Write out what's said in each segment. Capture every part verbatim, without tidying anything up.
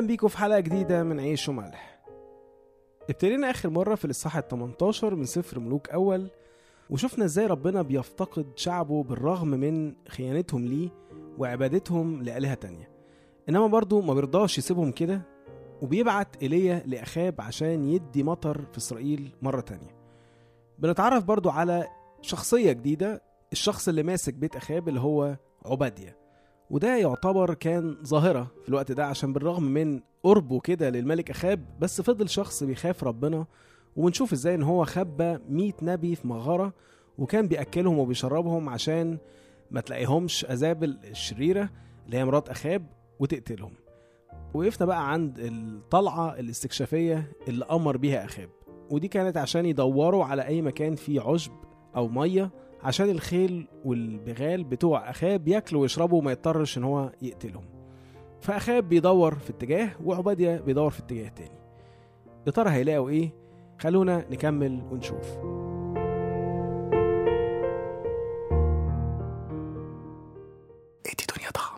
أهلا بيكم في حلقة جديدة من عيش وملح. ابتدينا آخر مرة في الإصحاح التمنتاشر من سفر ملوك أول، وشفنا إزاي ربنا بيفتقد شعبه بالرغم من خيانتهم ليه وعبادتهم لآلهة تانية، إنما برضو ما بيرضاش يسيبهم كده، وبيبعت إيليا لأخاب عشان يدي مطر في إسرائيل مرة تانية. بنتعرف برضو على شخصية جديدة، الشخص اللي ماسك بيت أخاب اللي هو عبادية، وده يعتبر كان ظاهرة في الوقت ده عشان بالرغم من قربه كده للملك أخاب بس فضل شخص بيخاف ربنا. ونشوف ازاي ان هو خبى مية نبي في مغارة وكان بيأكلهم وبيشربهم عشان ما تلاقيهمش أزابل الشريرة اللي هي مرات أخاب وتقتلهم. وقفنا بقى عند الطلعة الاستكشافية اللي أمر بيها أخاب، ودي كانت عشان يدوروا على أي مكان فيه عشب أو مية عشان الخيل والبغال بتوع أخاب يأكلوا ويشربوا وما يضطرش ان هو يقتلهم. فأخاب بيدور في اتجاه وعبادية بيدور في اتجاه تاني. يا ترى هيلاقوا ايه؟ خلونا نكمل ونشوف. ادي دنيا طعم.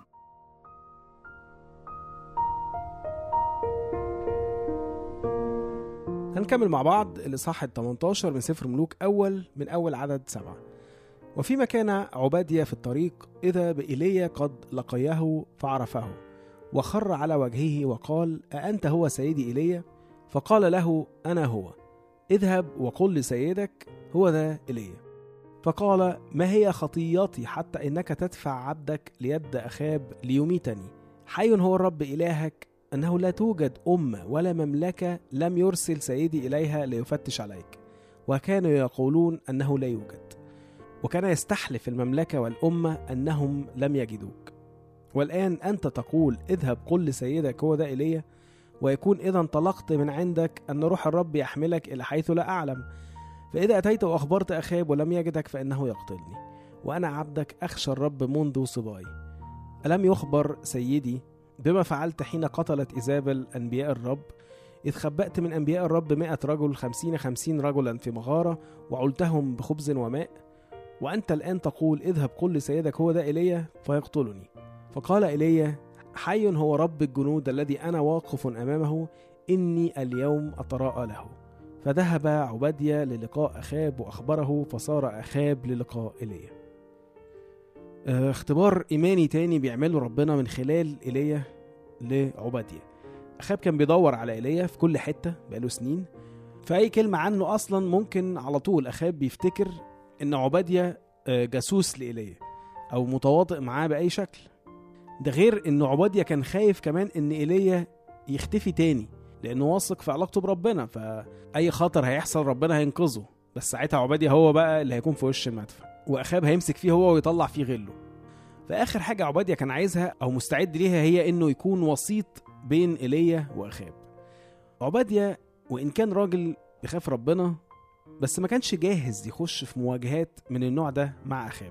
هنكمل مع بعض الإصحاح التمنتاشر من سفر ملوك أول من أول عدد سبعة. وفيما كان عبادية في الطريق إذا بإيليا قد لقيه فعرفه وخر على وجهه وقال: أأنت هو سيدي إيليا؟ فقال له: أنا هو، اذهب وقل لسيدك هو ذا إيليا. فقال: ما هي خطياتي حتى إنك تدفع عبدك ليد أخاب ليميتني؟ حي هو الرب إلهك أنه لا توجد أمة ولا مملكة لم يرسل سيدي إليها ليفتش عليك. وكانوا يقولون أنه لا يوجد، وكان يستحلف المملكة والأمة أنهم لم يجدوك. والآن أنت تقول: اذهب قل لسيدك هو ذا إيليا، ويكون إذا انطلقت من عندك أن روح الرب يحملك إلى حيث لا أعلم. فإذا أتيت وأخبرت أخاب ولم يجدك فإنه يقتلني، وأنا عبدك أخشى الرب منذ صباي. ألم يخبر سيدي بما فعلت حين قتلت إيزابل أنبياء الرب، إذ خبأت من أنبياء الرب مئة رجل خمسين خمسين رجلا في مغارة وعلتهم بخبز وماء؟ وأنت الآن تقول: اذهب قل لسيدك هو ذا إيليا فيقتلني. فقال إيليا: حي هو رب الجنود الذي أنا واقف أمامه، إني اليوم أتراءى له. فذهب عبادية للقاء أخاب وأخبره، فصار أخاب للقاء إيليا. اه اختبار إيماني تاني بيعمله ربنا من خلال إيليا لعبادية. أخاب كان بيدور على إيليا في كل حتة بقاله سنين، فأي كلمة عنه أصلا ممكن على طول أخاب بيفتكر إن عبادية جاسوس لإيليا أو متواطئ معاه بأي شكل. ده غير إن عبادية كان خايف كمان إن إيليا يختفي تاني، لأنه واثق في علاقته بربنا، فأي خطر هيحصل ربنا هينقذه، بس ساعتها عبادية هو بقى اللي هيكون في وش المدفع، وأخاب هيمسك فيه هو ويطلع فيه غله. فآخر حاجة عبادية كان عايزها أو مستعد ليها هي إنه يكون وسيط بين إيليا وأخاب. عبادية وإن كان راجل بيخاف ربنا، بس ما كانش جاهز يخش في مواجهات من النوع ده مع أخاب.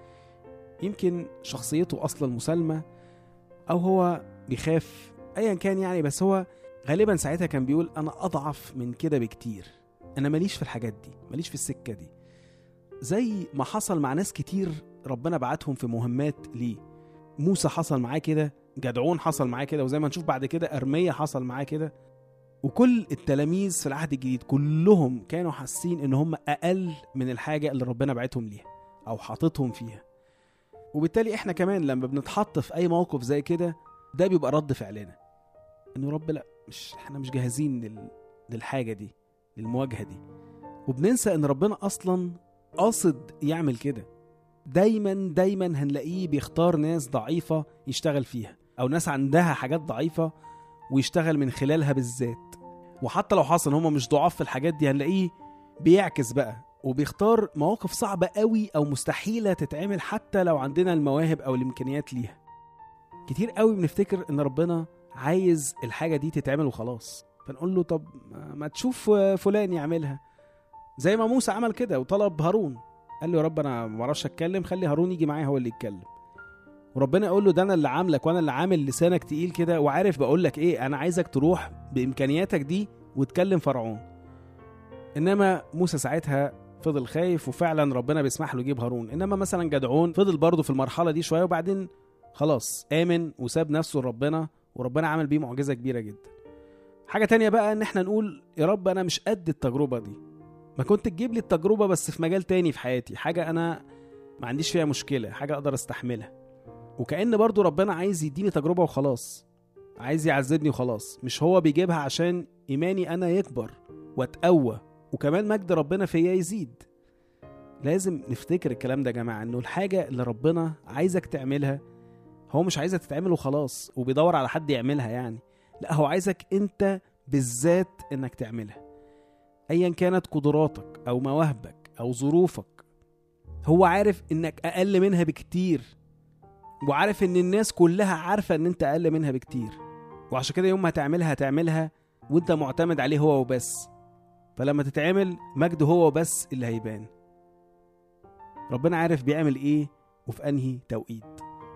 يمكن شخصيته أصلا مسالمة أو هو بيخاف أيا كان يعني، بس هو غالبا ساعتها كان بيقول: أنا أضعف من كده بكتير، أنا ماليش في الحاجات دي، ماليش في السكة دي. زي ما حصل مع ناس كتير ربنا بعتهم في مهمات ليه. موسى حصل معاه كده، جدعون حصل معاه كده، وزي ما نشوف بعد كده أرميا حصل معاه كده. وكل التلاميذ في العهد الجديد كلهم كانوا حاسين ان هم اقل من الحاجة اللي ربنا بعتهم ليها او حاطتهم فيها. وبالتالي احنا كمان لما بنتحط في اي موقف زي كده ده بيبقى رد فعلنا انه رب لا مش احنا مش جاهزين لل... للحاجة دي، للمواجهة دي. وبننسى ان ربنا اصلا قاصد يعمل كده. دايما دايما هنلاقيه بيختار ناس ضعيفة يشتغل فيها، او ناس عندها حاجات ضعيفة ويشتغل من خلالها بالذات. وحتى لو حصل هم مش ضعاف في الحاجات دي هنلاقيه بيعكس بقى وبيختار مواقف صعبة قوي او مستحيلة تتعمل حتى لو عندنا المواهب او الامكانيات ليها. كتير قوي بنفتكر ان ربنا عايز الحاجة دي تتعمل وخلاص، فنقول له طب ما تشوف فلان يعملها، زي ما موسى عمل كده وطلب هارون، قال له يا رب انا ما بعرفش اتكلم، خلي هارون يجي معايا هو اللي يتكلم. وربنا يقول له ده انا اللي عاملك وانا اللي عامل لسانك تقيل كده وعارف بقول لك ايه، انا عايزك تروح بامكانياتك دي وتكلم فرعون. انما موسى ساعتها فضل خايف وفعلا ربنا بيسمح له يجيب هارون. انما مثلا جدعون فضل برضه في المرحله دي شويه وبعدين خلاص امن وساب نفسه لربنا وربنا عمل بيه معجزة كبيرة جدا. حاجة تانية بقى ان احنا نقول يا رب انا مش قد التجربة دي، ما كنت تجيب لي التجربة بس في مجال تاني في حياتي، حاجة انا ما عنديش فيها مشكلة، حاجة اقدر استحملها. وكأن برضو ربنا عايز يديني تجربة وخلاص، عايز يعزدني وخلاص، مش هو بيجيبها عشان ايماني انا يكبر واتقوى وكمان مجد ربنا فيا يزيد. لازم نفتكر الكلام ده يا جماعة، انه الحاجة اللي ربنا عايزك تعملها هو مش عايزك تتعمل وخلاص وبيدور على حد يعملها يعني، لا هو عايزك انت بالذات انك تعملها، ايا كانت قدراتك او مواهبك او ظروفك. هو عارف انك اقل منها بكتير، وعارف ان الناس كلها عارفة ان انت اقل منها بكتير، وعشان كده يوم ما هتعملها هتعملها وانت معتمد عليه هو وبس. فلما تتعمل مجد هو بس اللي هيبان. ربنا عارف بيعمل ايه وفي انهي توقيت.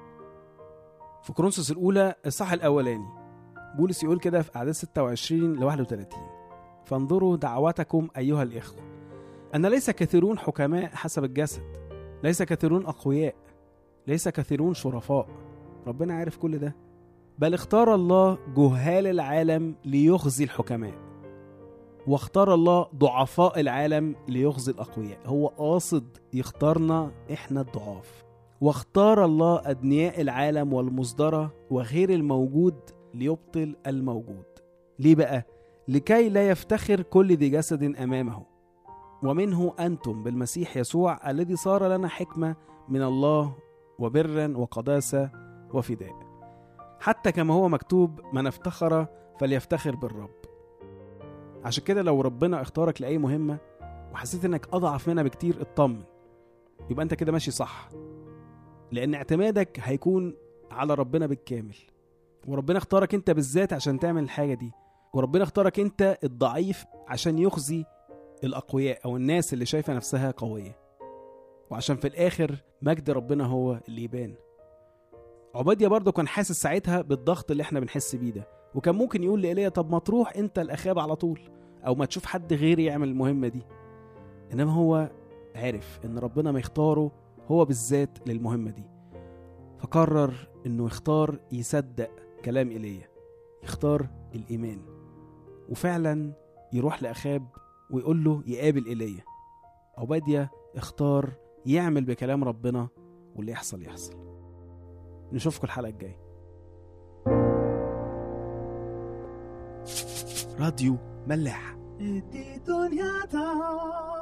في كورنثوس الاولى الصح الاولاني بولس يقول كده في اعداد ستة وعشرين لواحد وثلاثين: فانظروا دعوتكم ايها الاخوه ان ليس كثيرون حكماء حسب الجسد، ليس كثيرون اقوياء، ليس كثيرون شرفاء. ربنا عارف كل ده. بل اختار الله جهال العالم ليخزي الحكماء، واختار الله ضعفاء العالم ليخزي الأقوياء. هو قاصد يختارنا إحنا الضعاف. واختار الله أدنياء العالم والمصدرة وغير الموجود ليبطل الموجود. ليه بقى؟ لكي لا يفتخر كل ذي جسد أمامه، ومنه أنتم بالمسيح يسوع الذي صار لنا حكمة من الله وبرا وقداسة وفداء، حتى كما هو مكتوب: من افتخر فليفتخر بالرب. عشان كده لو ربنا اختارك لأي مهمة وحسيت انك اضعف منها بكتير، اطمن، يبقى انت كده ماشي صح، لان اعتمادك هيكون على ربنا بالكامل. وربنا اختارك انت بالذات عشان تعمل الحاجة دي، وربنا اختارك انت الضعيف عشان يخزي الأقوياء او الناس اللي شايفة نفسها قوية، وعشان في الاخر مجد ربنا هو اللي يبان. عبادية برضو كان حاسس ساعتها بالضغط اللي احنا بنحس بيه ده، وكان ممكن يقول لإيليا: طب ما تروح انت الأخاب على طول، او ما تشوف حد غيري يعمل المهمة دي. انما هو عارف ان ربنا ما يختاره هو بالذات للمهمة دي، فقرر انه يختار يصدق كلام إيليا، يختار الإيمان، وفعلا يروح لأخاب ويقول له يقابل إيليا. عبادية اختار يعمل بكلام ربنا، واللي يحصل يحصل. نشوفكم الحلقة الجاية. راديو ملاح.